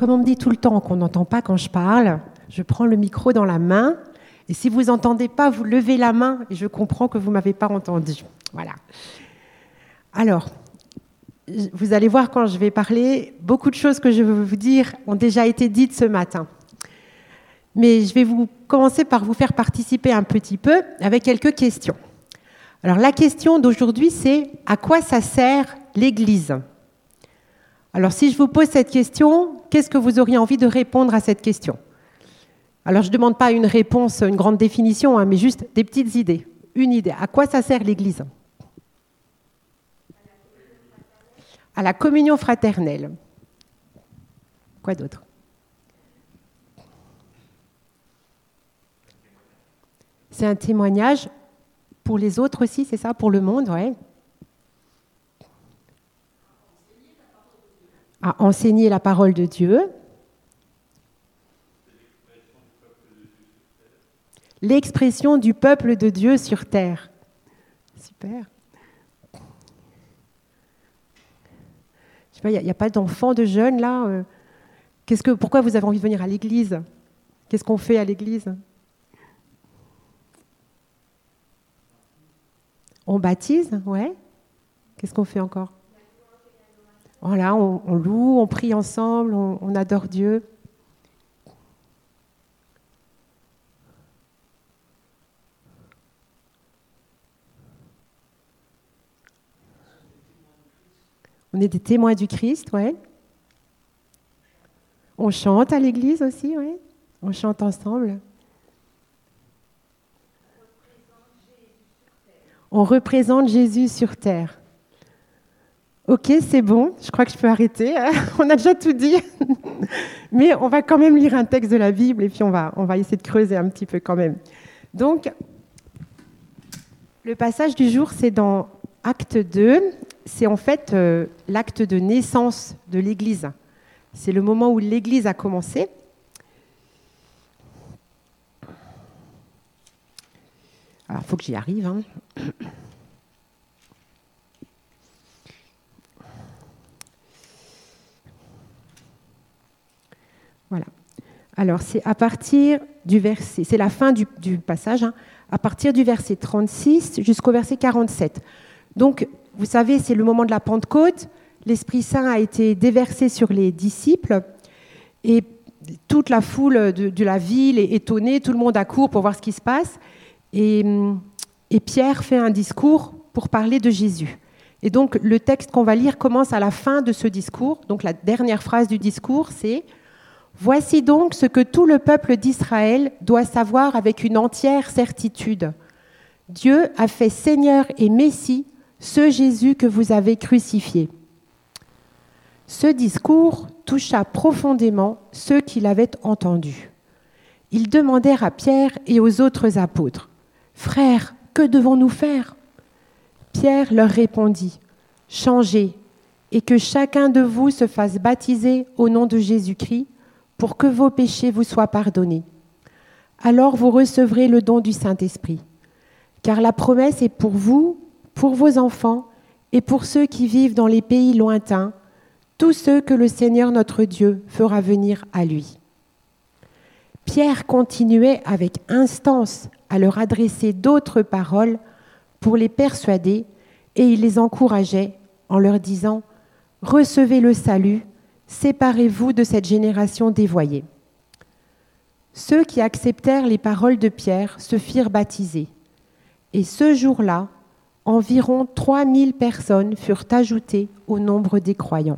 comme on me dit tout le temps qu'on n'entend pas quand je parle, je prends le micro dans la main. Et si vous n'entendez pas, vous levez la main et je comprends que vous ne m'avez pas entendu. Voilà. Alors, vous allez voir quand je vais parler, beaucoup de choses que je veux vous dire ont déjà été dites ce matin. Mais je vais commencer par vous faire participer un petit peu avec quelques questions. Alors, la question d'aujourd'hui, c'est « À quoi ça sert l'Église ?» Alors, si je vous pose cette question, qu'est-ce que vous auriez envie de répondre à cette question ? Alors, je ne demande pas une réponse, une grande définition, mais juste des petites idées. Une idée. À quoi ça sert l'Église ? À la communion fraternelle. Quoi d'autre ? C'est un témoignage pour les autres aussi, c'est ça ? Pour le monde, ouais. À enseigner la parole de Dieu. L'expression du peuple de Dieu sur terre. Super. Je sais pas, il n'y a pas d'enfants, de jeunes là. Pourquoi vous avez envie de venir à l'église ? Qu'est-ce qu'on fait à l'église ? On baptise, ouais. Qu'est-ce qu'on fait encore ? Voilà, on loue, on prie ensemble, on adore Dieu. On est des témoins du Christ, ouais. On chante à l'église aussi, ouais. On chante ensemble. On représente Jésus sur terre. Ok, c'est bon, je crois que je peux arrêter. On a déjà tout dit. Mais on va quand même lire un texte de la Bible et puis on va essayer de creuser un petit peu quand même. Donc, le passage du jour, c'est dans Acte 2. C'est en fait l'acte de naissance de l'Église. C'est le moment où l'Église a commencé. Alors, il faut que j'y arrive. Hein. Voilà. Alors, c'est à partir du verset, c'est la fin du passage, hein, à partir du verset 36 jusqu'au verset 47. Donc, vous savez, c'est le moment de la Pentecôte. L'Esprit Saint a été déversé sur les disciples et toute la foule de la ville est étonnée, tout le monde accourt pour voir ce qui se passe. Et Pierre fait un discours pour parler de Jésus. Et donc, le texte qu'on va lire commence à la fin de ce discours. Donc, la dernière phrase du discours, c'est « Voici donc ce que tout le peuple d'Israël doit savoir avec une entière certitude. Dieu a fait Seigneur et Messie ce Jésus que vous avez crucifié. » Ce discours toucha profondément ceux qui l'avaient entendu. Ils demandèrent à Pierre et aux autres apôtres, « Frères, que devons-nous faire ?» Pierre leur répondit, « Changez, et que chacun de vous se fasse baptiser au nom de Jésus-Christ pour que vos péchés vous soient pardonnés. Alors vous recevrez le don du Saint-Esprit. Car la promesse est pour vous, pour vos enfants et pour ceux qui vivent dans les pays lointains, tous ceux que le Seigneur notre Dieu fera venir à lui. » Pierre continuait avec instance à leur adresser d'autres paroles pour les persuader et il les encourageait en leur disant « Recevez le salut, séparez-vous de cette génération dévoyée. » Ceux qui acceptèrent les paroles de Pierre se firent baptiser. Et ce jour-là, environ 3000 personnes furent ajoutées au nombre des croyants.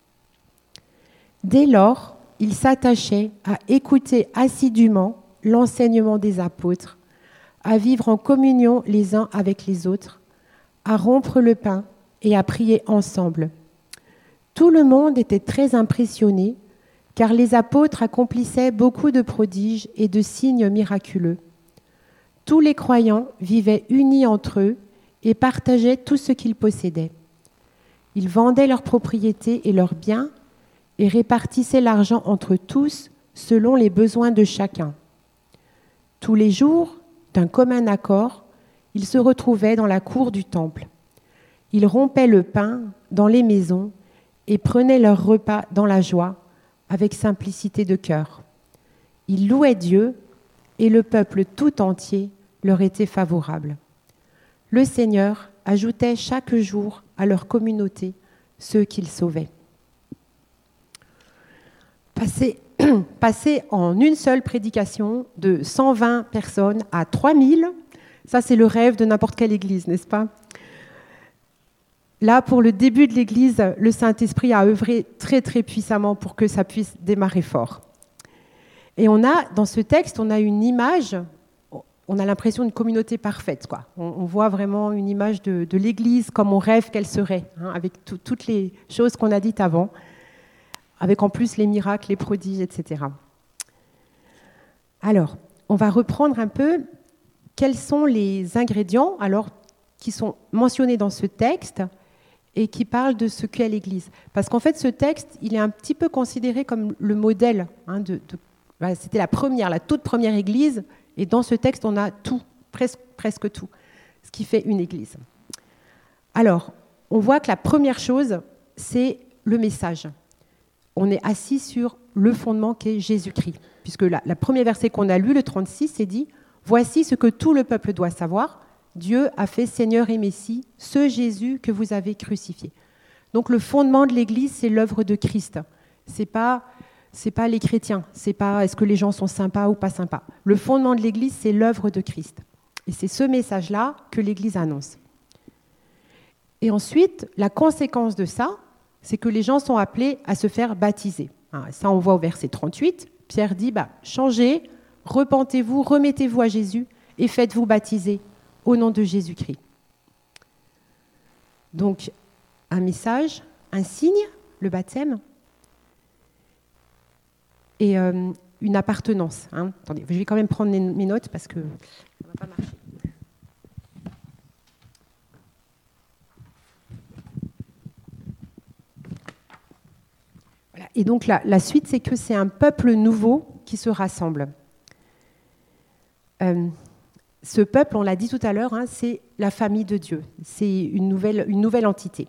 Dès lors, ils s'attachaient à écouter assidûment l'enseignement des apôtres, à vivre en communion les uns avec les autres, à rompre le pain et à prier ensemble. Tout le monde était très impressionné, car les apôtres accomplissaient beaucoup de prodiges et de signes miraculeux. Tous les croyants vivaient unis entre eux et partageaient tout ce qu'ils possédaient. Ils vendaient leurs propriétés et leurs biens et répartissaient l'argent entre tous selon les besoins de chacun. Tous les jours, d'un commun accord, ils se retrouvaient dans la cour du temple. Ils rompaient le pain dans les maisons et prenaient leur repas dans la joie, avec simplicité de cœur. Ils louaient Dieu et le peuple tout entier leur était favorable. Le Seigneur ajoutait chaque jour à leur communauté ceux qu'il sauvait. Passer en une seule prédication de 120 personnes à 3000, ça c'est le rêve de n'importe quelle église, n'est-ce pas ? Là, pour le début de l'église, le Saint-Esprit a œuvré très très puissamment pour que ça puisse démarrer fort. Et dans ce texte, on a une image, on a l'impression d'une communauté parfaite, quoi. On voit vraiment une image de l'église comme on rêve qu'elle serait, avec toutes les choses qu'on a dites avant, avec en plus les miracles, les prodiges, etc. Alors, on va reprendre un peu quels sont les ingrédients qui sont mentionnés dans ce texte et qui parlent de ce qu'est l'Église. Parce qu'en fait, ce texte, il est un petit peu considéré comme le modèle. C'était la toute première Église, et dans ce texte, on a tout, presque tout, ce qui fait une Église. Alors, on voit que la première chose, c'est le message. On est assis sur le fondement qu'est Jésus-Christ. Puisque la premier verset qu'on a lu, le 36, c'est dit « Voici ce que tout le peuple doit savoir. Dieu a fait Seigneur et Messie, ce Jésus que vous avez crucifié. » Donc le fondement de l'Église, c'est l'œuvre de Christ. C'est pas les chrétiens. C'est pas est-ce que les gens sont sympas ou pas sympas. Le fondement de l'Église, c'est l'œuvre de Christ. Et c'est ce message-là que l'Église annonce. Et ensuite, la conséquence de ça, c'est que les gens sont appelés à se faire baptiser. Ça, on voit au verset 38. Pierre dit, changez, repentez-vous, remettez-vous à Jésus et faites-vous baptiser au nom de Jésus-Christ. Donc, un message, un signe, le baptême, et une appartenance. Attendez, je vais quand même prendre mes notes parce que ça ne va pas marcher. Voilà. Et donc, la suite, c'est que c'est un peuple nouveau qui se rassemble. Ce peuple, on l'a dit tout à l'heure, c'est la famille de Dieu. C'est une nouvelle entité.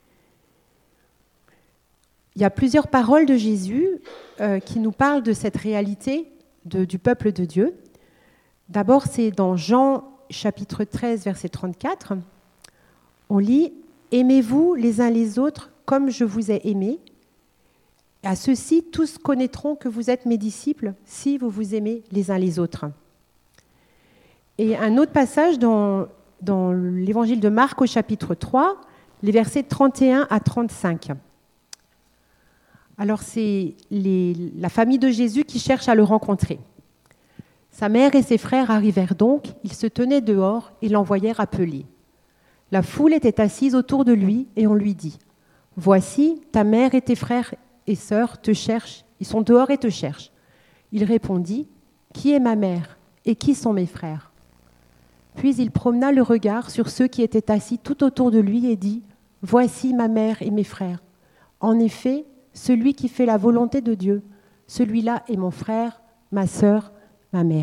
Il y a plusieurs paroles de Jésus qui nous parlent de cette réalité du peuple de Dieu. D'abord, c'est dans Jean chapitre 13, verset 34. On lit « Aimez-vous les uns les autres comme je vous ai aimés. À ceux-ci, tous connaîtront que vous êtes mes disciples si vous vous aimez les uns les autres. » Et un autre passage dans l'évangile de Marc au chapitre 3, les versets 31 à 35. Alors c'est la famille de Jésus qui cherche à le rencontrer. Sa mère et ses frères arrivèrent donc, ils se tenaient dehors et l'envoyèrent appeler. La foule était assise autour de lui et on lui dit « Voici, ta mère et tes frères et sœurs te cherchent, ils sont dehors et te cherchent. » Il répondit « Qui est ma mère et qui sont mes frères ?» Puis il promena le regard sur ceux qui étaient assis tout autour de lui et dit « Voici ma mère et mes frères. En effet, celui qui fait la volonté de Dieu, celui-là est mon frère, ma sœur, ma mère. »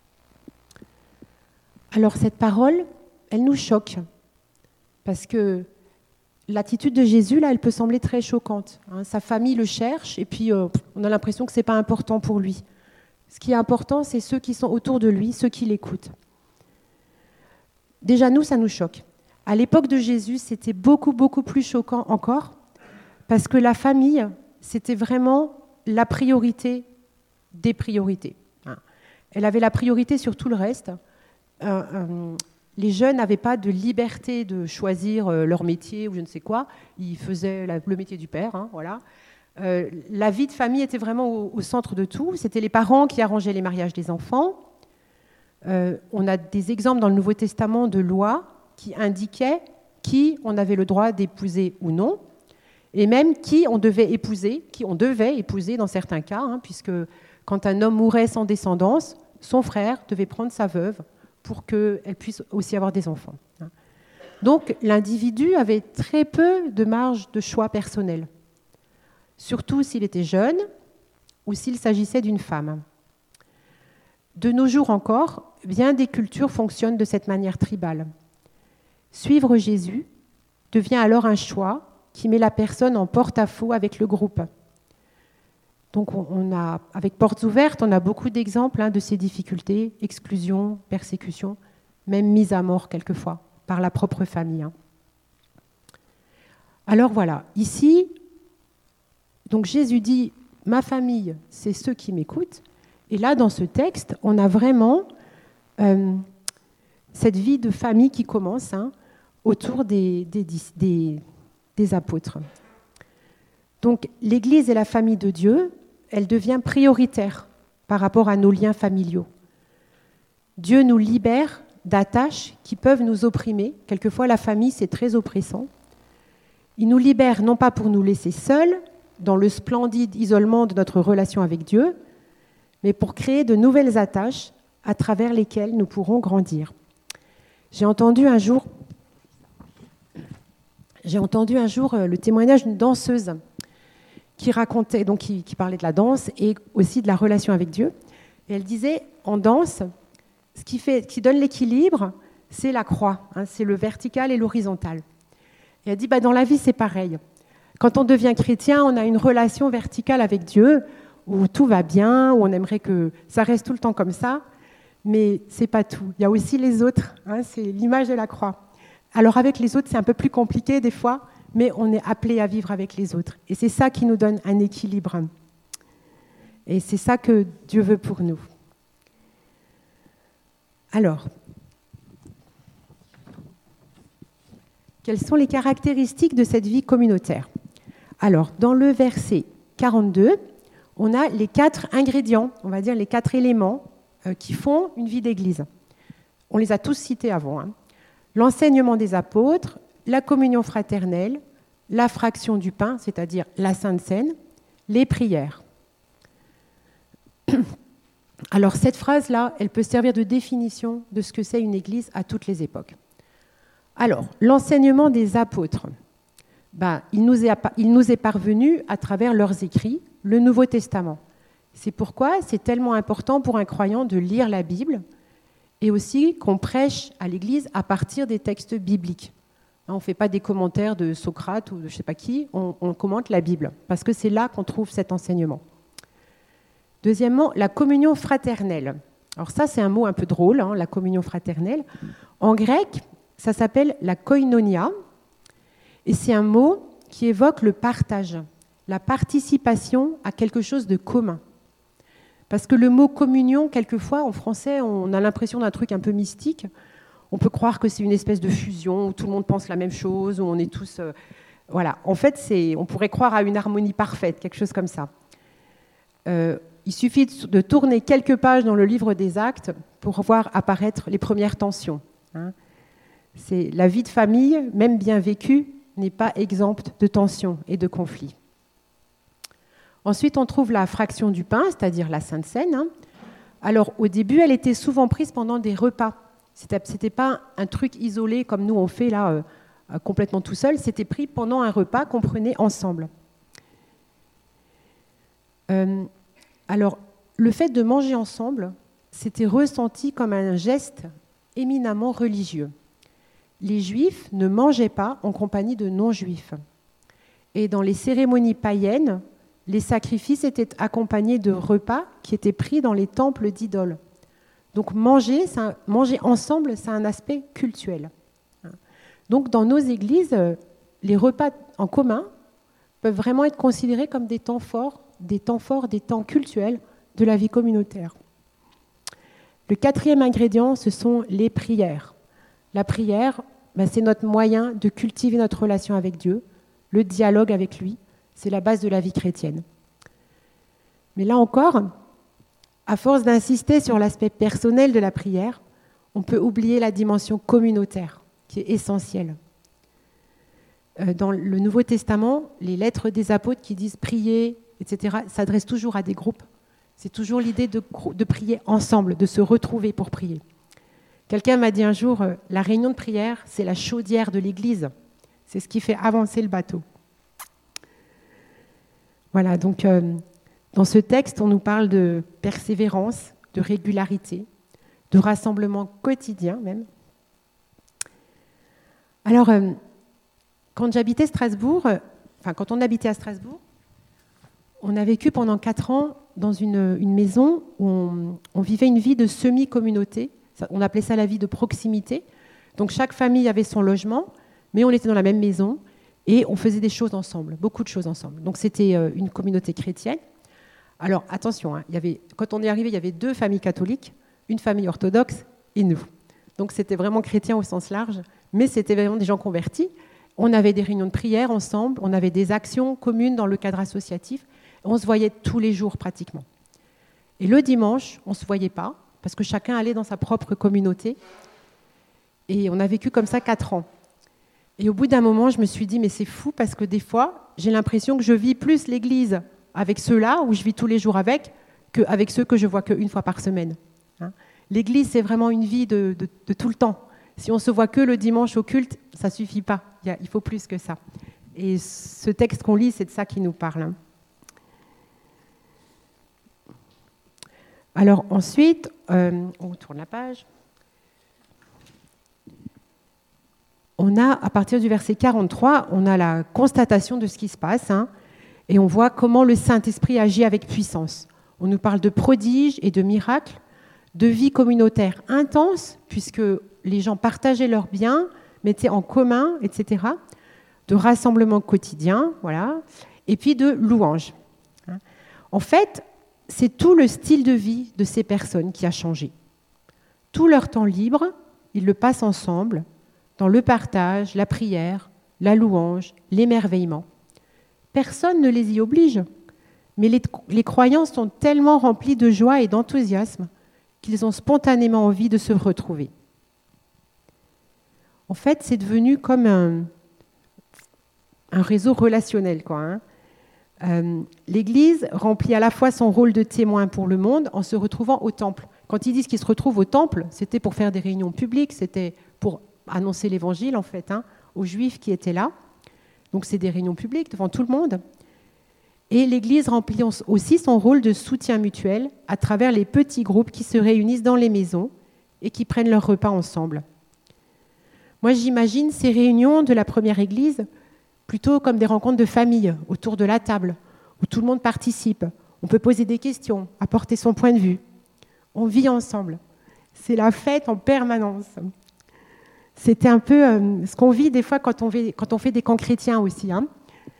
Alors cette parole, elle nous choque, parce que l'attitude de Jésus, là, elle peut sembler très choquante. Sa famille le cherche, et puis on a l'impression que ce n'est pas important pour lui. Ce qui est important, c'est ceux qui sont autour de lui, ceux qui l'écoutent. Déjà, nous, ça nous choque. À l'époque de Jésus, c'était beaucoup, beaucoup plus choquant encore, parce que la famille, c'était vraiment la priorité des priorités. Elle avait la priorité sur tout le reste. Les jeunes n'avaient pas de liberté de choisir leur métier ou je ne sais quoi. Ils faisaient le métier du père, voilà. La vie de famille était vraiment au centre de tout. C'était les parents qui arrangeaient les mariages des enfants. On a des exemples dans le Nouveau Testament de lois qui indiquaient qui on avait le droit d'épouser ou non, et même qui on devait épouser dans certains cas, puisque quand un homme mourait sans descendance, son frère devait prendre sa veuve pour qu'elle puisse aussi avoir des enfants. Donc l'individu avait très peu de marge de choix personnel, surtout s'il était jeune ou s'il s'agissait d'une femme. De nos jours encore, bien des cultures fonctionnent de cette manière tribale. Suivre Jésus devient alors un choix qui met la personne en porte-à-faux avec le groupe. Donc avec Portes ouvertes, on a beaucoup d'exemples de ces difficultés, exclusion, persécution, même mise à mort quelquefois par la propre famille. Alors voilà, ici, donc Jésus dit « Ma famille, c'est ceux qui m'écoutent ». Et là, dans ce texte, on a vraiment cette vie de famille qui commence autour des apôtres. Donc l'Église est la famille de Dieu, elle devient prioritaire par rapport à nos liens familiaux. Dieu nous libère d'attaches qui peuvent nous opprimer. Quelquefois, la famille, c'est très oppressant. Il nous libère non pas pour nous laisser seuls, dans le splendide isolement de notre relation avec Dieu, mais pour créer de nouvelles attaches à travers lesquelles nous pourrons grandir. J'ai entendu un jour le témoignage d'une danseuse qui racontait, donc qui parlait de la danse et aussi de la relation avec Dieu. Et elle disait, en danse, ce qui donne l'équilibre, c'est la croix, c'est le vertical et l'horizontal. Et elle dit, dans la vie, c'est pareil. Quand on devient chrétien, on a une relation verticale avec Dieu, où tout va bien, où on aimerait que ça reste tout le temps comme ça, mais c'est pas tout. Il y a aussi les autres, c'est l'image de la croix. Alors avec les autres, c'est un peu plus compliqué des fois, mais on est appelé à vivre avec les autres. Et c'est ça qui nous donne un équilibre. Et c'est ça que Dieu veut pour nous. Alors, quelles sont les caractéristiques de cette vie communautaire ? Alors, dans le verset 42, on a les 4 ingrédients, on va dire les 4 éléments qui font une vie d'église. On les a tous cités avant. L'enseignement des apôtres, la communion fraternelle, la fraction du pain, c'est-à-dire la Sainte Seine, les prières. Alors cette phrase-là, elle peut servir de définition de ce que c'est une église à toutes les époques. Alors, l'enseignement des apôtres, il nous est parvenu à travers leurs écrits, le Nouveau Testament. C'est pourquoi c'est tellement important pour un croyant de lire la Bible et aussi qu'on prêche à l'Église à partir des textes bibliques. On ne fait pas des commentaires de Socrate ou de je ne sais pas qui, on commente la Bible, parce que c'est là qu'on trouve cet enseignement. Deuxièmement, la communion fraternelle. Alors ça, c'est un mot un peu drôle, la communion fraternelle. En grec, ça s'appelle la koinonia, et c'est un mot qui évoque le partage, la participation à quelque chose de commun. Parce que le mot communion, quelquefois, en français, on a l'impression d'un truc un peu mystique. On peut croire que c'est une espèce de fusion où tout le monde pense la même chose, où on est tous... Voilà. En fait, on pourrait croire à une harmonie parfaite, quelque chose comme ça. Il suffit de tourner quelques pages dans le livre des Actes pour voir apparaître les premières tensions. La vie de famille, même bien vécue, n'est pas exempte de tensions et de conflits. Ensuite, on trouve la fraction du pain, c'est-à-dire la Sainte Seine. Alors, au début, elle était souvent prise pendant des repas. C'était pas un truc isolé comme nous on fait là, complètement tout seul. C'était pris pendant un repas qu'on prenait ensemble. Alors, le fait de manger ensemble, c'était ressenti comme un geste éminemment religieux. Les Juifs ne mangeaient pas en compagnie de non-Juifs. Et dans les cérémonies païennes, les sacrifices étaient accompagnés de repas qui étaient pris dans les temples d'idoles. Donc manger ensemble, c'est un aspect cultuel. Donc dans nos églises, les repas en commun peuvent vraiment être considérés comme des temps forts, des temps cultuels de la vie communautaire. Le 4e ingrédient, ce sont les prières. La prière, c'est notre moyen de cultiver notre relation avec Dieu, le dialogue avec lui. C'est la base de la vie chrétienne. Mais là encore, à force d'insister sur l'aspect personnel de la prière, on peut oublier la dimension communautaire, qui est essentielle. Dans le Nouveau Testament, les lettres des apôtres qui disent prier, etc., s'adressent toujours à des groupes. C'est toujours l'idée de prier ensemble, de se retrouver pour prier. Quelqu'un m'a dit un jour, la réunion de prière, c'est la chaudière de l'Église. C'est ce qui fait avancer le bateau. Voilà, donc dans ce texte, on nous parle de persévérance, de régularité, de rassemblement quotidien même. Alors, quand on habitait à Strasbourg, On a vécu pendant 4 ans dans une maison où on vivait une vie de semi-communauté. On appelait ça la vie de proximité. Donc chaque famille avait son logement, mais on était dans la même maison et on faisait des choses ensemble, beaucoup de choses ensemble. Donc c'était une communauté chrétienne. Alors attention, hein, quand on est arrivé, il y avait 2 familles catholiques, une famille orthodoxe et nous. Donc c'était vraiment chrétien au sens large, mais c'était vraiment des gens convertis. On avait des réunions de prière ensemble, on avait des actions communes dans le cadre associatif. On se voyait tous les jours pratiquement. Et le dimanche, on ne se voyait pas, parce que chacun allait dans sa propre communauté. Et on a vécu comme ça 4 ans. Et au bout d'un moment, je me suis dit, mais c'est fou, parce que des fois, j'ai l'impression que je vis plus l'Église avec ceux-là, où je vis tous les jours avec, qu'avec ceux que je vois qu'une fois par semaine. Hein. L'Église, c'est vraiment une vie de tout le temps. Si on ne se voit que le dimanche au culte, ça ne suffit pas. Il faut plus que ça. Et ce texte qu'on lit, c'est de ça qui nous parle. Hein. Alors ensuite, on tourne la page. On a, à partir du verset 43, on a la constatation de ce qui se passe, hein, et on voit comment le Saint-Esprit agit avec puissance. On nous parle de prodiges et de miracles, de vie communautaire intense, puisque les gens partageaient leurs biens, mettaient en commun, etc., de rassemblements quotidiens, voilà, et puis de louanges. Hein. En fait, c'est tout le style de vie de ces personnes qui a changé. Tout leur temps libre, ils le passent ensemble, dans le partage, la prière, la louange, l'émerveillement. Personne ne les y oblige, mais les croyants sont tellement remplis de joie et d'enthousiasme qu'ils ont spontanément envie de se retrouver. En fait, c'est devenu comme un réseau relationnel, quoi, hein. L'Église remplit à la fois son rôle de témoin pour le monde en se retrouvant au temple. Quand ils disent qu'ils se retrouvent au temple, c'était pour faire des réunions publiques, c'était pour annoncer l'Évangile, en fait, hein, aux Juifs qui étaient là. Donc c'est des réunions publiques devant tout le monde. Et l'Église remplit aussi son rôle de soutien mutuel à travers les petits groupes qui se réunissent dans les maisons et qui prennent leur repas ensemble. Moi, j'imagine ces réunions de la première Église plutôt comme des rencontres de famille autour de la table, où tout le monde participe. On peut poser des questions, apporter son point de vue. On vit ensemble. C'est la fête en permanence. C'était un peu ce qu'on vit des fois quand on fait des camps chrétiens aussi. Hein.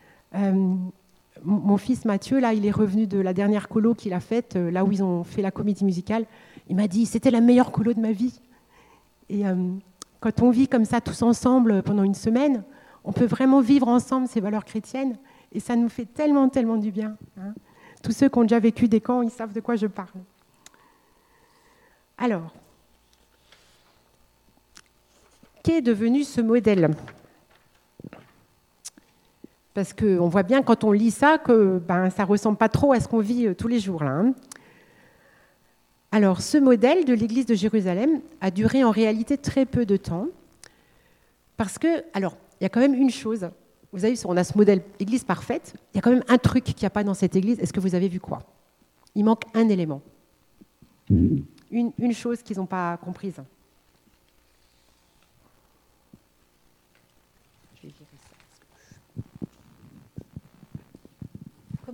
Mon fils Mathieu, là, il est revenu de la dernière colo qu'il a faite, là où ils ont fait la comédie musicale. Il m'a dit « c'était la meilleure colo de ma vie ». Et quand on vit comme ça tous ensemble pendant une semaine, on peut vraiment vivre ensemble ces valeurs chrétiennes et ça nous fait tellement, tellement du bien. Hein. Tous ceux qui ont déjà vécu des camps, ils savent de quoi je parle. Alors, qu'est devenu ce modèle ? Parce qu'on voit bien quand on lit ça que ça ne ressemble pas trop à ce qu'on vit tous les jours, là, hein. Alors, ce modèle de l'Église de Jérusalem a duré en réalité très peu de temps parce que, alors, il y a quand même une chose. Vous avez vu, on a ce modèle Église parfaite. Il y a quand même un truc qu'il n'y a pas dans cette Église. Est-ce que vous avez vu quoi ? Il manque un élément. Une chose qu'ils n'ont pas comprise. Je vais virer ça. Comment ?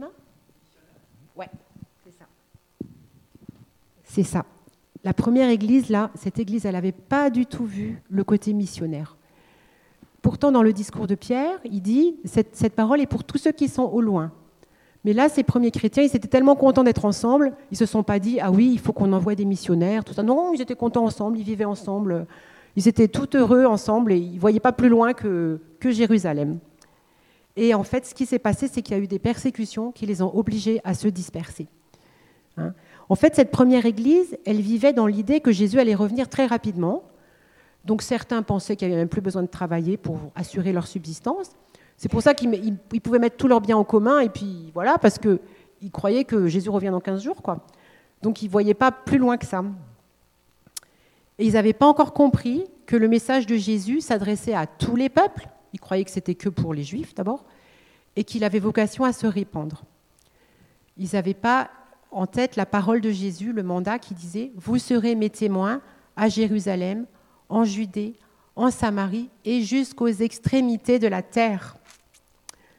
Ouais, c'est ça. C'est ça. La première Église, là, cette Église, elle n'avait pas du tout vu le côté missionnaire. Pourtant, dans le discours de Pierre, il dit « cette parole est pour tous ceux qui sont au loin ». Mais là, ces premiers chrétiens, ils étaient tellement contents d'être ensemble, ils ne se sont pas dit « ah oui, il faut qu'on envoie des missionnaires », tout ça. Non, ils étaient contents ensemble, ils vivaient ensemble, ils étaient tout heureux ensemble et ils ne voyaient pas plus loin que Jérusalem. Et en fait, ce qui s'est passé, c'est qu'il y a eu des persécutions qui les ont obligés à se disperser. Hein. En fait, cette première église, elle vivait dans l'idée que Jésus allait revenir très rapidement. Donc certains pensaient qu'il n'y avait même plus besoin de travailler pour assurer leur subsistance. C'est pour ça qu'ils pouvaient mettre tous leurs biens en commun, et puis voilà, parce qu'ils croyaient que Jésus revient dans 15 jours, quoi. Donc ils ne voyaient pas plus loin que ça. Et ils n'avaient pas encore compris que le message de Jésus s'adressait à tous les peuples. Ils croyaient que c'était que pour les Juifs d'abord, et qu'il avait vocation à se répandre. Ils n'avaient pas en tête la parole de Jésus, le mandat qui disait « Vous serez mes témoins à Jérusalem, en Judée, en Samarie et jusqu'aux extrémités de la terre. »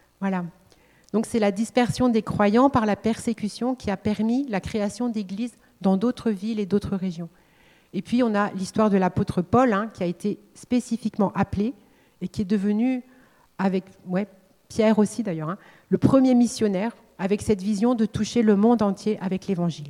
Voilà. Donc c'est la dispersion des croyants par la persécution qui a permis la création d'églises dans d'autres villes et d'autres régions. Et puis on a l'histoire de l'apôtre Paul, qui a été spécifiquement appelé et qui est devenu, avec Pierre aussi d'ailleurs, le premier missionnaire avec cette vision de toucher le monde entier avec l'Évangile.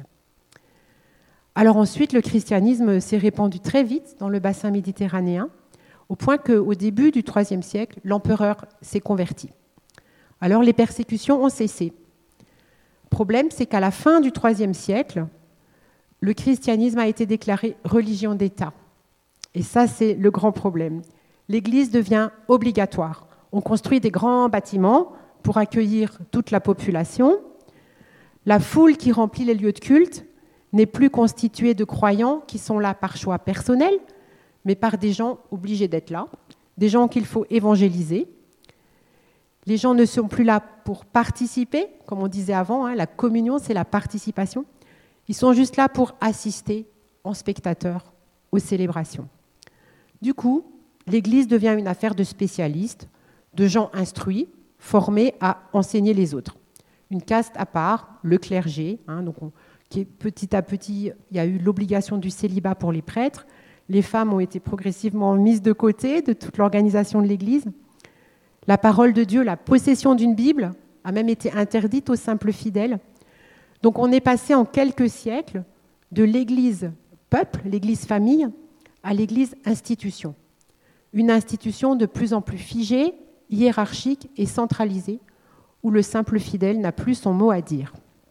Alors ensuite, le christianisme s'est répandu très vite dans le bassin méditerranéen, au point qu'au début du IIIe siècle, l'empereur s'est converti. Alors les persécutions ont cessé. Le problème, c'est qu'à la fin du IIIe siècle, le christianisme a été déclaré religion d'État. Et ça, c'est le grand problème. L'Église devient obligatoire. On construit des grands bâtiments pour accueillir toute la population. La foule qui remplit les lieux de culte n'est plus constituée de croyants qui sont là par choix personnel, mais par des gens obligés d'être là, des gens qu'il faut évangéliser. Les gens ne sont plus là pour participer, comme on disait avant, la communion, c'est la participation. Ils sont juste là pour assister en spectateurs aux célébrations. Du coup, l'Église devient une affaire de spécialistes, de gens instruits, formés à enseigner les autres. Une caste à part, le clergé, qui est petit à petit, il y a eu l'obligation du célibat pour les prêtres. Les femmes ont été progressivement mises de côté de toute l'organisation de l'Église. La parole de Dieu, la possession d'une Bible, a même été interdite aux simples fidèles. Donc on est passé en quelques siècles de l'Église peuple, l'Église famille, à l'Église institution. Une institution de plus en plus figée, hiérarchique et centralisée, où le simple fidèle n'a plus son mot à dire.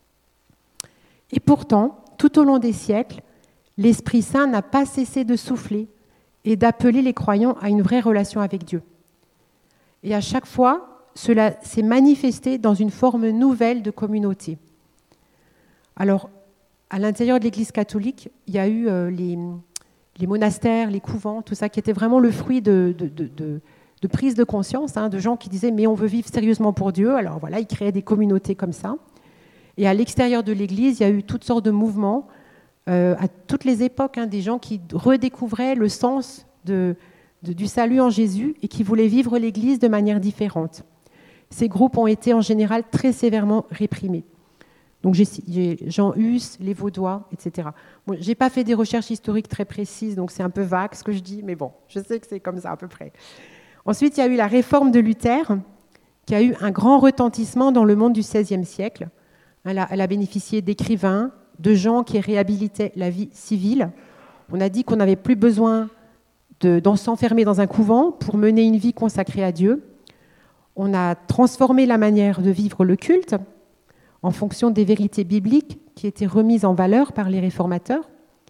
Et pourtant, tout au long des siècles, l'Esprit Saint n'a pas cessé de souffler et d'appeler les croyants à une vraie relation avec Dieu. Et à chaque fois, cela s'est manifesté dans une forme nouvelle de communauté. Alors, à l'intérieur de l'Église catholique, il y a eu les monastères, les couvents, tout ça qui était vraiment le fruit de prise de conscience, de gens qui disaient « mais on veut vivre sérieusement pour Dieu ». Alors voilà, ils créaient des communautés comme ça. Et à l'extérieur de l'Église, il y a eu toutes sortes de mouvements, à toutes les époques, des gens qui redécouvraient le sens du salut en Jésus et qui voulaient vivre l'Église de manière différente. Ces groupes ont été en général très sévèrement réprimés. Donc j'ai Jean Hus, les Vaudois, etc. Bon, je n'ai pas fait des recherches historiques très précises, donc c'est un peu vague ce que je dis, mais bon, je sais que c'est comme ça à peu près. Ensuite, il y a eu la réforme de Luther, qui a eu un grand retentissement dans le monde du XVIe siècle. Elle a bénéficié d'écrivains, de gens qui réhabilitaient la vie civile. On a dit qu'on n'avait plus besoin d'en s'enfermer dans un couvent pour mener une vie consacrée à Dieu. On a transformé la manière de vivre le culte en fonction des vérités bibliques qui étaient remises en valeur par les réformateurs.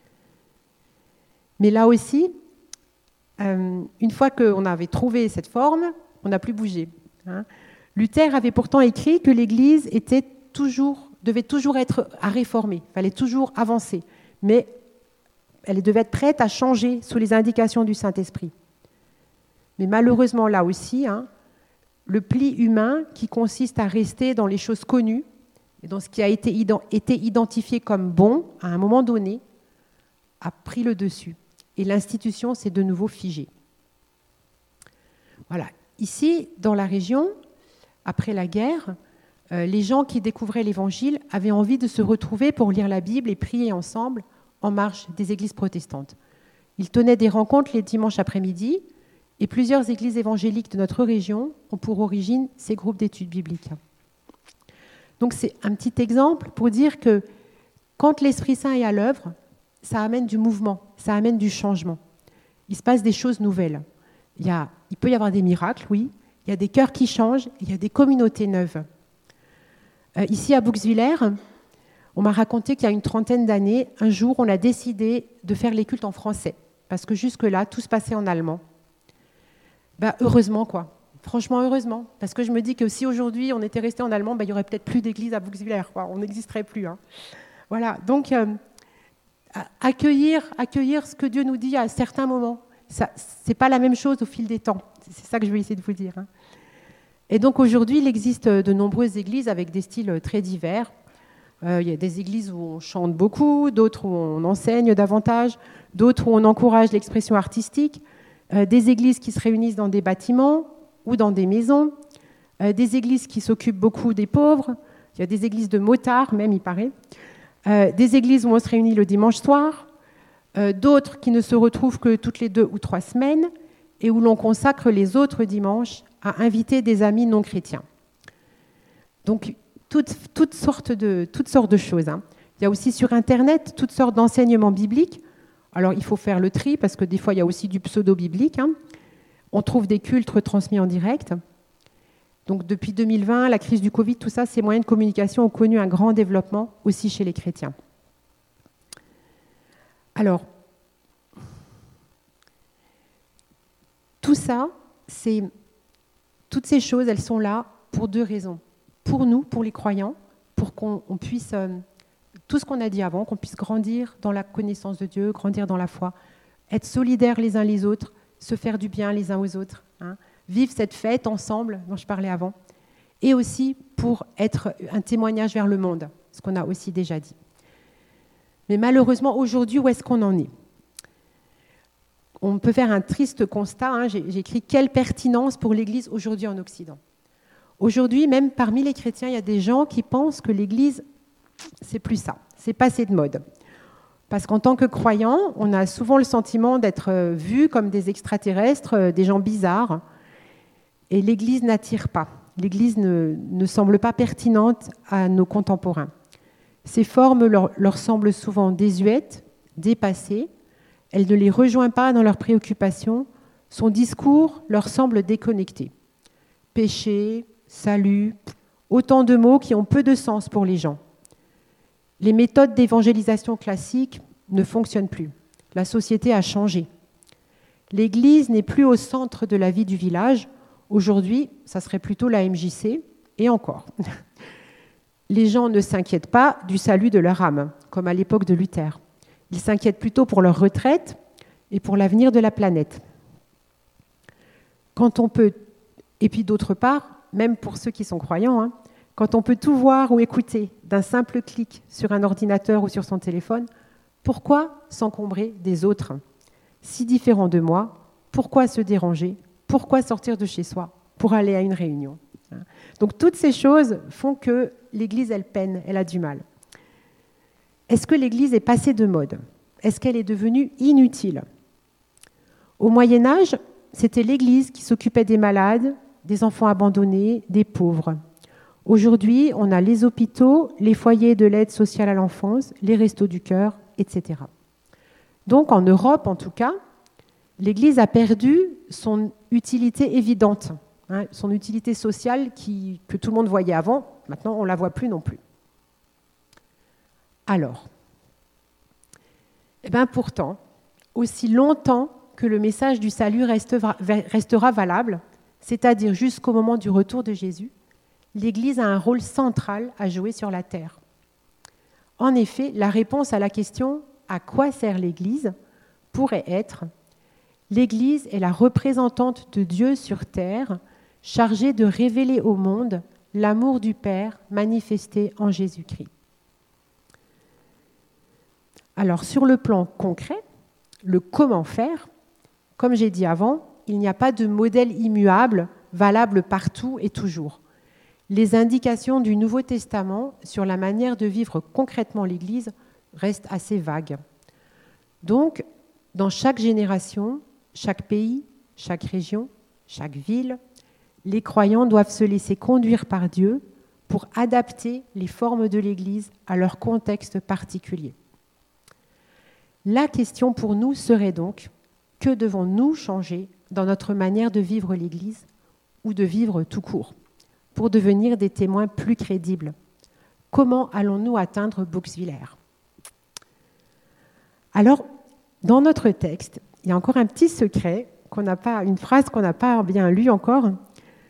Mais là aussi, une fois qu'on avait trouvé cette forme, on n'a plus bougé. Luther avait pourtant écrit que l'Église devait toujours être à réformer, il fallait toujours avancer, mais elle devait être prête à changer sous les indications du Saint-Esprit. Mais malheureusement, là aussi, le pli humain qui consiste à rester dans les choses connues et dans ce qui a été identifié comme bon, à un moment donné, a pris le dessus. Et l'institution s'est de nouveau figée. Voilà. Ici, dans la région, après la guerre, les gens qui découvraient l'Évangile avaient envie de se retrouver pour lire la Bible et prier ensemble en marge des églises protestantes. Ils tenaient des rencontres les dimanches après-midi et plusieurs églises évangéliques de notre région ont pour origine ces groupes d'études bibliques. Donc c'est un petit exemple pour dire que quand l'Esprit Saint est à l'œuvre, ça amène du mouvement, ça amène du changement. Il se passe des choses nouvelles. Il peut y avoir des miracles, oui. Il y a des cœurs qui changent, il y a des communautés neuves. Ici à Bouxwiller, on m'a raconté qu'il y a une 30aine d'années, un jour, on a décidé de faire les cultes en français, parce que jusque-là, tout se passait en allemand. Heureusement, quoi. Franchement, heureusement. Parce que je me dis que si aujourd'hui, on était resté en allemand, il n'y aurait peut-être plus d'église à Bouxwiller, quoi. On n'existerait plus. Voilà. Donc, accueillir ce que Dieu nous dit à certains moments, ce n'est pas la même chose au fil des temps. C'est ça que je vais essayer de vous dire. Et donc, aujourd'hui, il existe de nombreuses églises avec des styles très divers. Il y a des églises où on chante beaucoup, d'autres où on enseigne davantage, d'autres où on encourage l'expression artistique, des églises qui se réunissent dans des bâtiments ou dans des maisons, des églises qui s'occupent beaucoup des pauvres, il y a des églises de motards même, il paraît, des églises où on se réunit le dimanche soir, d'autres qui ne se retrouvent que toutes les 2 ou 3 semaines et où l'on consacre les autres dimanches à inviter des amis non chrétiens. Donc, toutes sortes de choses. Hein. Il y a aussi sur Internet toutes sortes d'enseignements bibliques. Alors, il faut faire le tri parce que des fois, il y a aussi du pseudo-biblique. Hein. On trouve des cultes retransmis en direct. Donc, depuis 2020, la crise du Covid, tout ça, ces moyens de communication ont connu un grand développement aussi chez les chrétiens. Alors, tout ça, toutes ces choses, elles sont là pour 2 raisons. Pour nous, pour les croyants, pour qu'on puisse, tout ce qu'on a dit avant, qu'on puisse grandir dans la connaissance de Dieu, grandir dans la foi, être solidaires les uns les autres, se faire du bien les uns aux autres, hein, vivre cette fête ensemble dont je parlais avant, et aussi pour être un témoignage vers le monde, ce qu'on a aussi déjà dit. Mais malheureusement, aujourd'hui, où est-ce qu'on en est ? On peut faire un triste constat, hein, j'ai écrit « Quelle pertinence pour l'Église aujourd'hui en Occident ?» Aujourd'hui, même parmi les chrétiens, il y a des gens qui pensent que l'Église, c'est plus ça, c'est passé de mode. Parce qu'en tant que croyants, on a souvent le sentiment d'être vus comme des extraterrestres, des gens bizarres, et l'Église n'attire pas. L'Église ne semble pas pertinente à nos contemporains. Ces formes leur semblent souvent désuètes, dépassées, elle ne les rejoint pas dans leurs préoccupations, son discours leur semble déconnecté. Péché, salut, autant de mots qui ont peu de sens pour les gens. Les méthodes d'évangélisation classiques ne fonctionnent plus. La société a changé. L'Église n'est plus au centre de la vie du village. Aujourd'hui, ça serait plutôt la MJC, et encore. Les gens ne s'inquiètent pas du salut de leur âme, comme à l'époque de Luther. Ils s'inquiètent plutôt pour leur retraite et pour l'avenir de la planète. Quand on peut, et puis d'autre part, même pour ceux qui sont croyants, hein, quand on peut tout voir ou écouter d'un simple clic sur un ordinateur ou sur son téléphone, pourquoi s'encombrer des autres ? Si différents de moi, pourquoi se déranger ? Pourquoi sortir de chez soi pour aller à une réunion ? Donc toutes ces choses font que l'Église, elle peine, elle a du mal. Est-ce que l'Église est passée de mode ? Est-ce qu'elle est devenue inutile ? Au Moyen-Âge, c'était l'Église qui s'occupait des malades, des enfants abandonnés, des pauvres. Aujourd'hui, on a les hôpitaux, les foyers de l'aide sociale à l'enfance, les restos du cœur, etc. Donc en Europe, en tout cas, l'Église a perdu son utilité évidente, hein, son utilité sociale que tout le monde voyait avant. Maintenant, on ne la voit plus non plus. Alors, pourtant, aussi longtemps que le message du salut restera valable, c'est-à-dire jusqu'au moment du retour de Jésus, l'Église a un rôle central à jouer sur la terre. En effet, la réponse à la question « À quoi sert l'Église ?» pourrait être « L'Église est la représentante de Dieu sur terre, chargée de révéler au monde l'amour du Père manifesté en Jésus-Christ. » Alors, sur le plan concret, le comment faire, comme j'ai dit avant, il n'y a pas de modèle immuable, valable partout et toujours. Les indications du Nouveau Testament sur la manière de vivre concrètement l'Église restent assez vagues. Donc, dans chaque génération, chaque pays, chaque région, chaque ville, les croyants doivent se laisser conduire par Dieu pour adapter les formes de l'Église à leur contexte particulier. La question pour nous serait donc, que devons-nous changer dans notre manière de vivre l'Église ou de vivre tout court pour devenir des témoins plus crédibles ? Comment allons-nous atteindre Bouxwiller ? Alors, dans notre texte, il y a encore un petit secret, une phrase qu'on n'a pas bien lue encore. Hein ?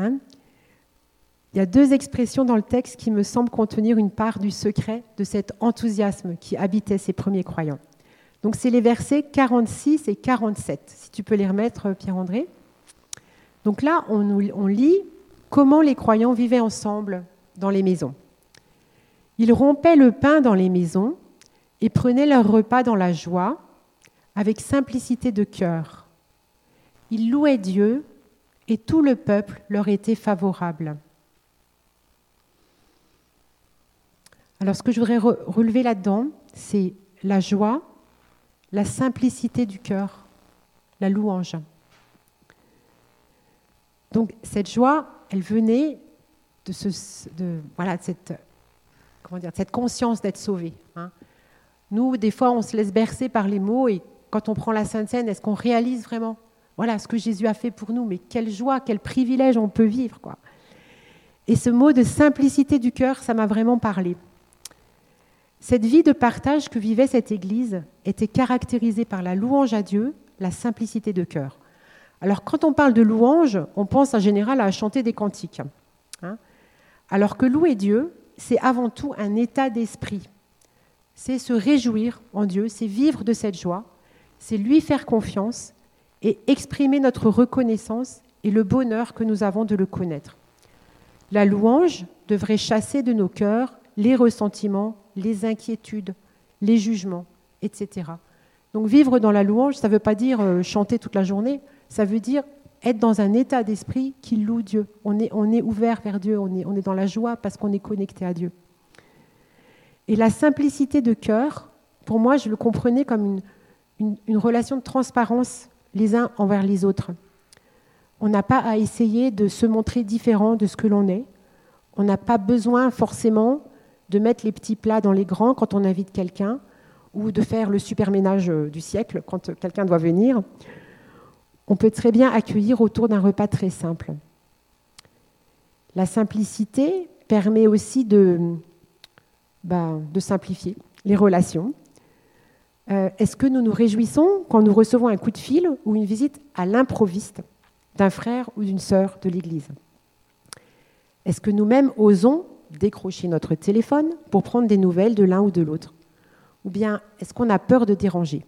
Il y a 2 expressions dans le texte qui me semblent contenir une part du secret de cet enthousiasme qui habitait ces premiers croyants. Donc, c'est les versets 46 et 47. Si tu peux les remettre, Pierre-André. Donc là, on lit comment les croyants vivaient ensemble dans les maisons. Ils rompaient le pain dans les maisons et prenaient leur repas dans la joie, avec simplicité de cœur. Ils louaient Dieu et tout le peuple leur était favorable. Alors ce que je voudrais relever là-dedans, c'est la joie, la simplicité du cœur, la louange. Donc cette joie, elle venait de cette conscience d'être sauvé. Nous, des fois, on se laisse bercer par les mots et quand on prend la Sainte Seine, est-ce qu'on réalise vraiment ce que Jésus a fait pour nous? Mais quelle joie, quel privilège on peut vivre, quoi. Et ce mot de simplicité du cœur, ça m'a vraiment parlé. Cette vie de partage que vivait cette Église était caractérisée par la louange à Dieu, la simplicité de cœur. Alors, quand on parle de louange, on pense en général à chanter des cantiques. Alors que louer Dieu, c'est avant tout un état d'esprit. C'est se réjouir en Dieu, c'est vivre de cette joie, c'est lui faire confiance et exprimer notre reconnaissance et le bonheur que nous avons de le connaître. La louange devrait chasser de nos cœurs les ressentiments, les inquiétudes, les jugements, etc. Donc vivre dans la louange, ça ne veut pas dire chanter toute la journée, ça veut dire être dans un état d'esprit qui loue Dieu. On est ouvert vers Dieu, on est dans la joie parce qu'on est connecté à Dieu. Et la simplicité de cœur, pour moi, je le comprenais comme une relation de transparence les uns envers les autres. On n'a pas à essayer de se montrer différent de ce que l'on est. On n'a pas besoin forcément de mettre les petits plats dans les grands quand on invite quelqu'un ou de faire le super ménage du siècle quand quelqu'un doit venir. On peut très bien accueillir autour d'un repas très simple. La simplicité permet aussi de simplifier les relations. Est-ce que nous nous réjouissons quand nous recevons un coup de fil ou une visite à l'improviste d'un frère ou d'une sœur de l'Église? Est-ce que nous-mêmes osons décrocher notre téléphone pour prendre des nouvelles de l'un ou de l'autre? Ou bien est-ce qu'on a peur de déranger?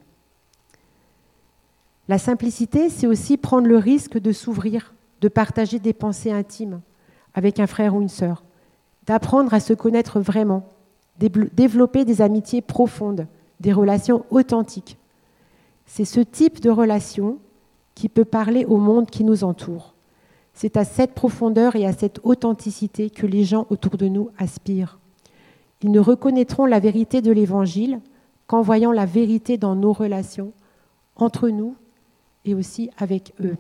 La simplicité, c'est aussi prendre le risque de s'ouvrir, de partager des pensées intimes avec un frère ou une sœur, d'apprendre à se connaître vraiment, développer des amitiés profondes, des relations authentiques. C'est ce type de relation qui peut parler au monde qui nous entoure. C'est à cette profondeur et à cette authenticité que les gens autour de nous aspirent. Ils ne reconnaîtront la vérité de l'Évangile qu'en voyant la vérité dans nos relations, entre nous et aussi avec eux.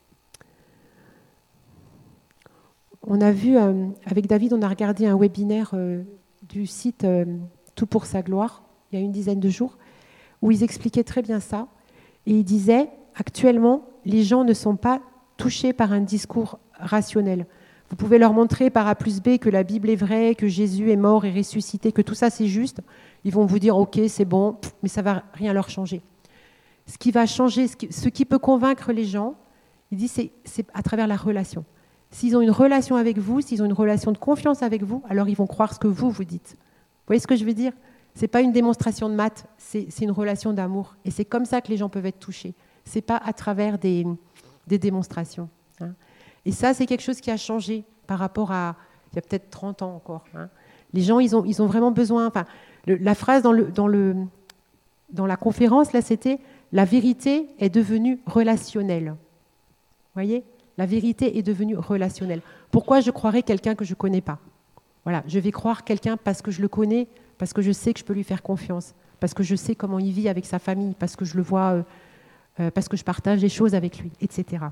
On a vu, avec David, on a regardé un webinaire du site Tout pour sa gloire, il y a une dizaine de jours, où ils expliquaient très bien ça. Et ils disaient, actuellement, les gens ne sont pas touchés par un discours rationnel. Vous pouvez leur montrer par A plus B que la Bible est vraie, que Jésus est mort et ressuscité, que tout ça c'est juste. Ils vont vous dire, ok, c'est bon, mais ça ne va rien leur changer. Ce qui va changer, ce qui peut convaincre les gens, il dit, c'est à travers la relation. S'ils ont une relation avec vous, s'ils ont une relation de confiance avec vous, alors ils vont croire ce que vous dites. Vous voyez ce que je veux dire? Ce n'est pas une démonstration de maths, c'est une relation d'amour. Et c'est comme ça que les gens peuvent être touchés. Ce n'est pas à travers des démonstrations. Et ça, c'est quelque chose qui a changé par rapport à il y a peut-être 30 ans encore. Les gens, ils ont vraiment besoin... la phrase dans la conférence, là, c'était « La vérité est devenue relationnelle ». Vous voyez? La vérité est devenue relationnelle. Pourquoi je croirais quelqu'un que je ne connais pas? Voilà, je vais croire quelqu'un parce que je le connais, parce que je sais que je peux lui faire confiance, parce que je sais comment il vit avec sa famille, parce que je le vois, parce que je partage des choses avec lui, etc.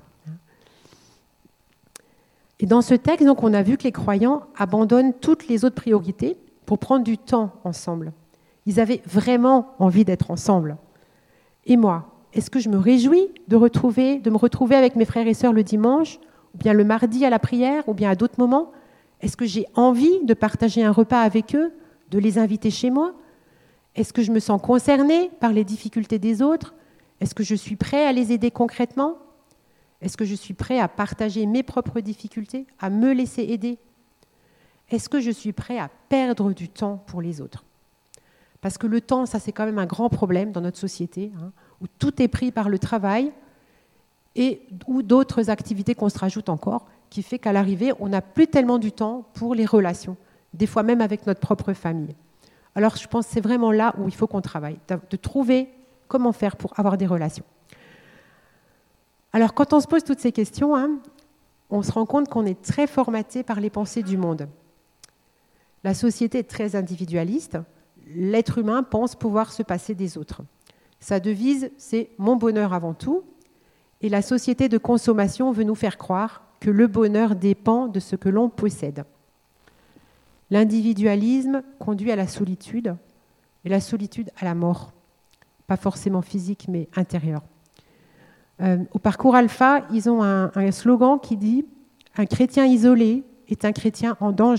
Et dans ce texte, donc, on a vu que les croyants abandonnent toutes les autres priorités pour prendre du temps ensemble. Ils avaient vraiment envie d'être ensemble. Et moi, est-ce que je me réjouis de me retrouver avec mes frères et sœurs le dimanche, ou bien le mardi à la prière, ou bien à d'autres moments? Est-ce que j'ai envie de partager un repas avec eux, de les inviter chez moi? Est-ce que je me sens concernée par les difficultés des autres? Est-ce que je suis prêt à les aider concrètement? Est-ce que je suis prêt à partager mes propres difficultés, à me laisser aider? Est-ce que je suis prêt à perdre du temps pour les autres? Parce que le temps, ça c'est quand même un grand problème dans notre société, où tout est pris par le travail ou d'autres activités qu'on se rajoute encore, qui fait qu'à l'arrivée, on n'a plus tellement du temps pour les relations, des fois même avec notre propre famille. Alors je pense que c'est vraiment là où il faut qu'on travaille, de trouver comment faire pour avoir des relations. Alors quand on se pose toutes ces questions, on se rend compte qu'on est très formaté par les pensées du monde. La société est très individualiste. L'être humain pense pouvoir se passer des autres. Sa devise, c'est « mon bonheur avant tout ». Et la société de consommation veut nous faire croire que le bonheur dépend de ce que l'on possède. L'individualisme conduit à la solitude, et la solitude à la mort. Pas forcément physique, mais intérieure. Au Parcours Alpha, ils ont un slogan qui dit « Un chrétien isolé est un chrétien en danger ».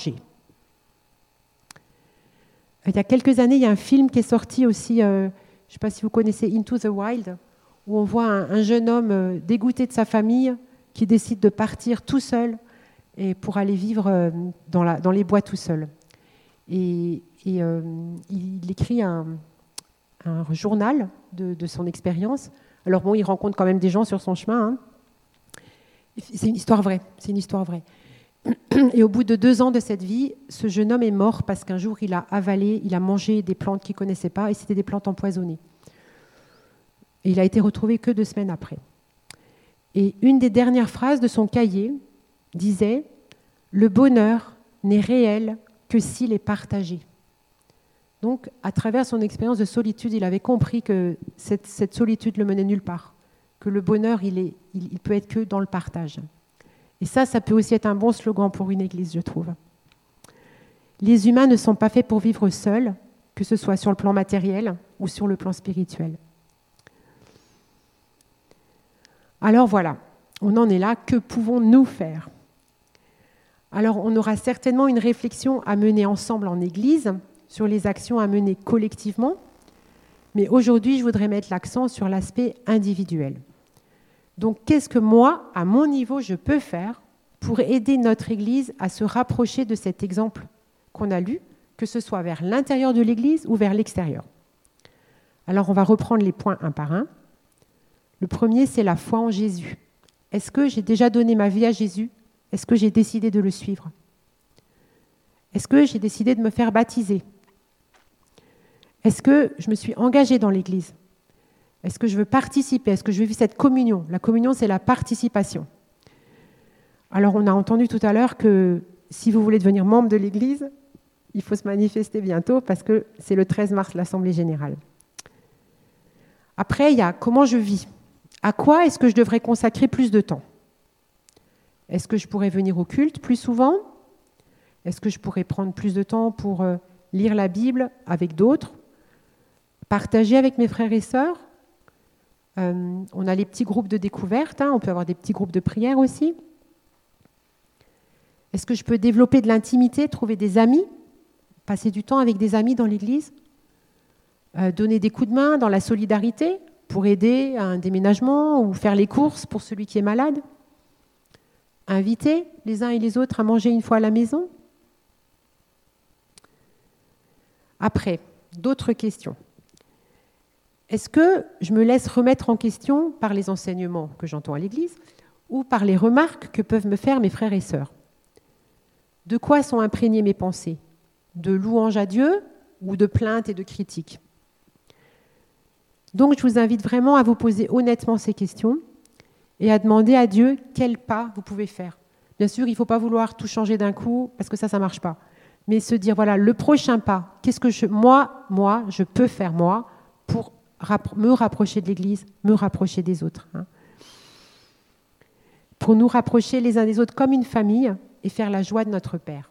Il y a quelques années, il y a un film qui est sorti aussi, je ne sais pas si vous connaissez Into the Wild, où on voit un jeune homme dégoûté de sa famille qui décide de partir tout seul et pour aller vivre dans les bois tout seul. Et il écrit un journal de son expérience. Alors bon, il rencontre quand même des gens sur son chemin. Hein. C'est une histoire vraie. Et au bout de 2 ans de cette vie, ce jeune homme est mort parce qu'un jour, il a mangé des plantes qu'il ne connaissait pas et c'était des plantes empoisonnées. Et il a été retrouvé que 2 semaines après. Et une des dernières phrases de son cahier disait « Le bonheur n'est réel que s'il est partagé ». Donc, à travers son expérience de solitude, il avait compris que cette solitude le menait nulle part, que le bonheur, il peut être que dans le partage. Et ça peut aussi être un bon slogan pour une église, je trouve. Les humains ne sont pas faits pour vivre seuls, que ce soit sur le plan matériel ou sur le plan spirituel. Alors voilà, on en est là. Que pouvons-nous faire ? Alors, on aura certainement une réflexion à mener ensemble en Église sur les actions à mener collectivement. Mais aujourd'hui, je voudrais mettre l'accent sur l'aspect individuel. Donc, qu'est-ce que moi, à mon niveau, je peux faire pour aider notre Église à se rapprocher de cet exemple qu'on a lu, que ce soit vers l'intérieur de l'Église ou vers l'extérieur ? Alors, on va reprendre les points un par un. Le premier, c'est la foi en Jésus. Est-ce que j'ai déjà donné ma vie à Jésus ? Est-ce que j'ai décidé de le suivre ? Est-ce que j'ai décidé de me faire baptiser ? Est-ce que je me suis engagée dans l'Église ? Est-ce que je veux participer ? Est-ce que je veux vivre cette communion ? La communion, c'est la participation. Alors, on a entendu tout à l'heure que si vous voulez devenir membre de l'Église, il faut se manifester bientôt parce que c'est le 13 mars, l'Assemblée générale. Après, il y a comment je vis. À quoi est-ce que je devrais consacrer plus de temps ? Est-ce que je pourrais venir au culte plus souvent ? Est-ce que je pourrais prendre plus de temps pour lire la Bible avec d'autres ? Partager avec mes frères et sœurs ? On a les petits groupes de découverte, on peut avoir des petits groupes de prière aussi. Est-ce que je peux développer de l'intimité, trouver des amis ? Passer du temps avec des amis dans l'Église ? Donner des coups de main dans la solidarité pour aider à un déménagement ou faire les courses pour celui qui est malade ? Inviter les uns et les autres à manger une fois à la maison ? Après, d'autres questions. Est-ce que je me laisse remettre en question par les enseignements que j'entends à l'Église ou par les remarques que peuvent me faire mes frères et sœurs ? De quoi sont imprégnées mes pensées ? De louanges à Dieu ou de plaintes et de critiques ? Donc, je vous invite vraiment à vous poser honnêtement ces questions et à demander à Dieu quel pas vous pouvez faire. Bien sûr, il ne faut pas vouloir tout changer d'un coup parce que ça ne marche pas. Mais se dire, voilà, le prochain pas, qu'est-ce que je peux faire, moi, pour me rapprocher de l'Église, me rapprocher des autres. Pour nous rapprocher les uns des autres comme une famille et faire la joie de notre Père.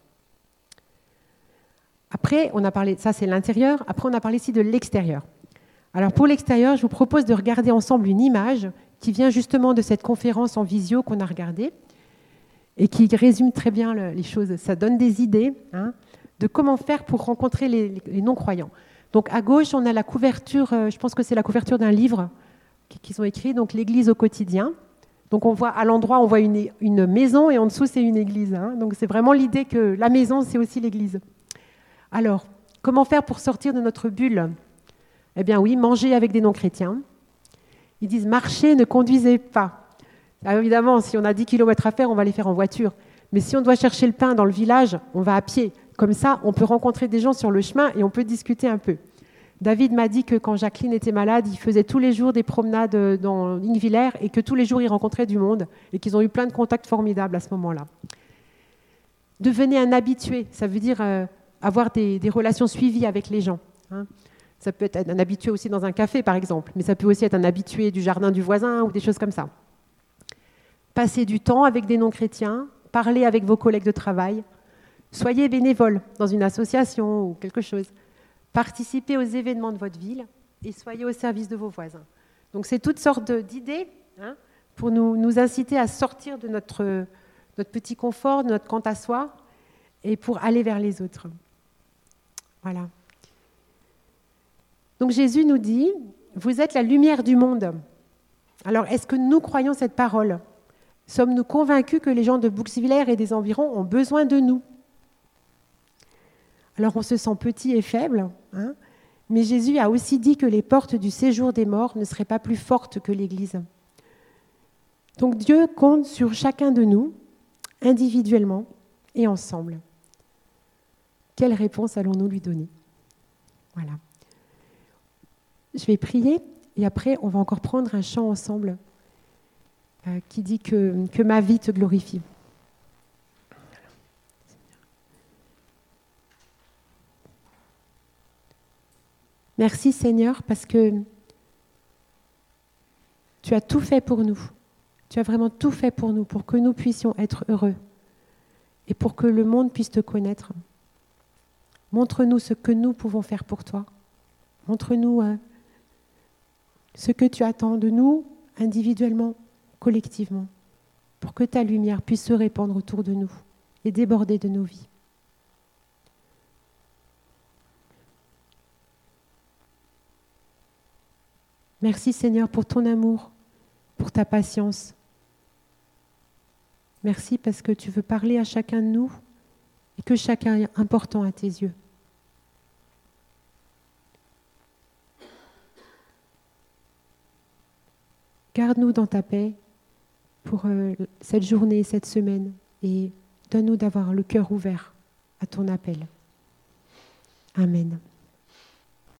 Après, on a parlé, ça c'est l'intérieur, après on a parlé ici de l'extérieur. Alors pour l'extérieur, je vous propose de regarder ensemble une image qui vient justement de cette conférence en visio qu'on a regardée et qui résume très bien les choses. Ça donne des idées de comment faire pour rencontrer les non-croyants. Donc à gauche, on a la couverture, je pense que c'est la couverture d'un livre qu'ils ont écrit, donc l'Église au quotidien. Donc on voit à l'endroit, on voit une maison et en dessous, c'est une église. Donc c'est vraiment l'idée que la maison, c'est aussi l'église. Alors, comment faire pour sortir de notre bulle ? Eh bien oui, manger avec des non-chrétiens. Ils disent « marcher, ne conduisez pas ». Alors évidemment, si on a 10 km à faire, on va les faire en voiture. Mais si on doit chercher le pain dans le village, on va à pied. Comme ça, on peut rencontrer des gens sur le chemin et on peut discuter un peu. David m'a dit que quand Jacqueline était malade, il faisait tous les jours des promenades dans Ingvillers et que tous les jours, il rencontrait du monde et qu'ils ont eu plein de contacts formidables à ce moment-là. Devenez un habitué, ça veut dire avoir des relations suivies avec les gens. Hein. Ça peut être un habitué aussi dans un café, par exemple, mais ça peut aussi être un habitué du jardin du voisin ou des choses comme ça. Passez du temps avec des non-chrétiens, parlez avec vos collègues de travail, soyez bénévole dans une association ou quelque chose. Participez aux événements de votre ville et soyez au service de vos voisins. Donc c'est toutes sortes d'idées pour nous inciter à sortir de notre petit confort, de notre quant à soi, et pour aller vers les autres. Voilà. Donc Jésus nous dit, vous êtes la lumière du monde. Alors est-ce que nous croyons cette parole ? Sommes-nous convaincus que les gens de Bouxwiller et des environs ont besoin de nous ? Alors on se sent petit et faible, mais Jésus a aussi dit que les portes du séjour des morts ne seraient pas plus fortes que l'Église. Donc Dieu compte sur chacun de nous, individuellement et ensemble. Quelle réponse allons-nous lui donner ? Voilà. Je vais prier et après on va encore prendre un chant ensemble qui dit que ma vie te glorifie. Merci Seigneur parce que tu as tout fait pour nous. Tu as vraiment tout fait pour nous, pour que nous puissions être heureux et pour que le monde puisse te connaître. Montre-nous ce que nous pouvons faire pour toi. Montre-nous ce que tu attends de nous, individuellement, collectivement, pour que ta lumière puisse se répandre autour de nous et déborder de nos vies. Merci Seigneur pour ton amour, pour ta patience. Merci parce que tu veux parler à chacun de nous et que chacun est important à tes yeux. Garde-nous dans ta paix pour cette journée, cette semaine, et donne-nous d'avoir le cœur ouvert à ton appel. Amen.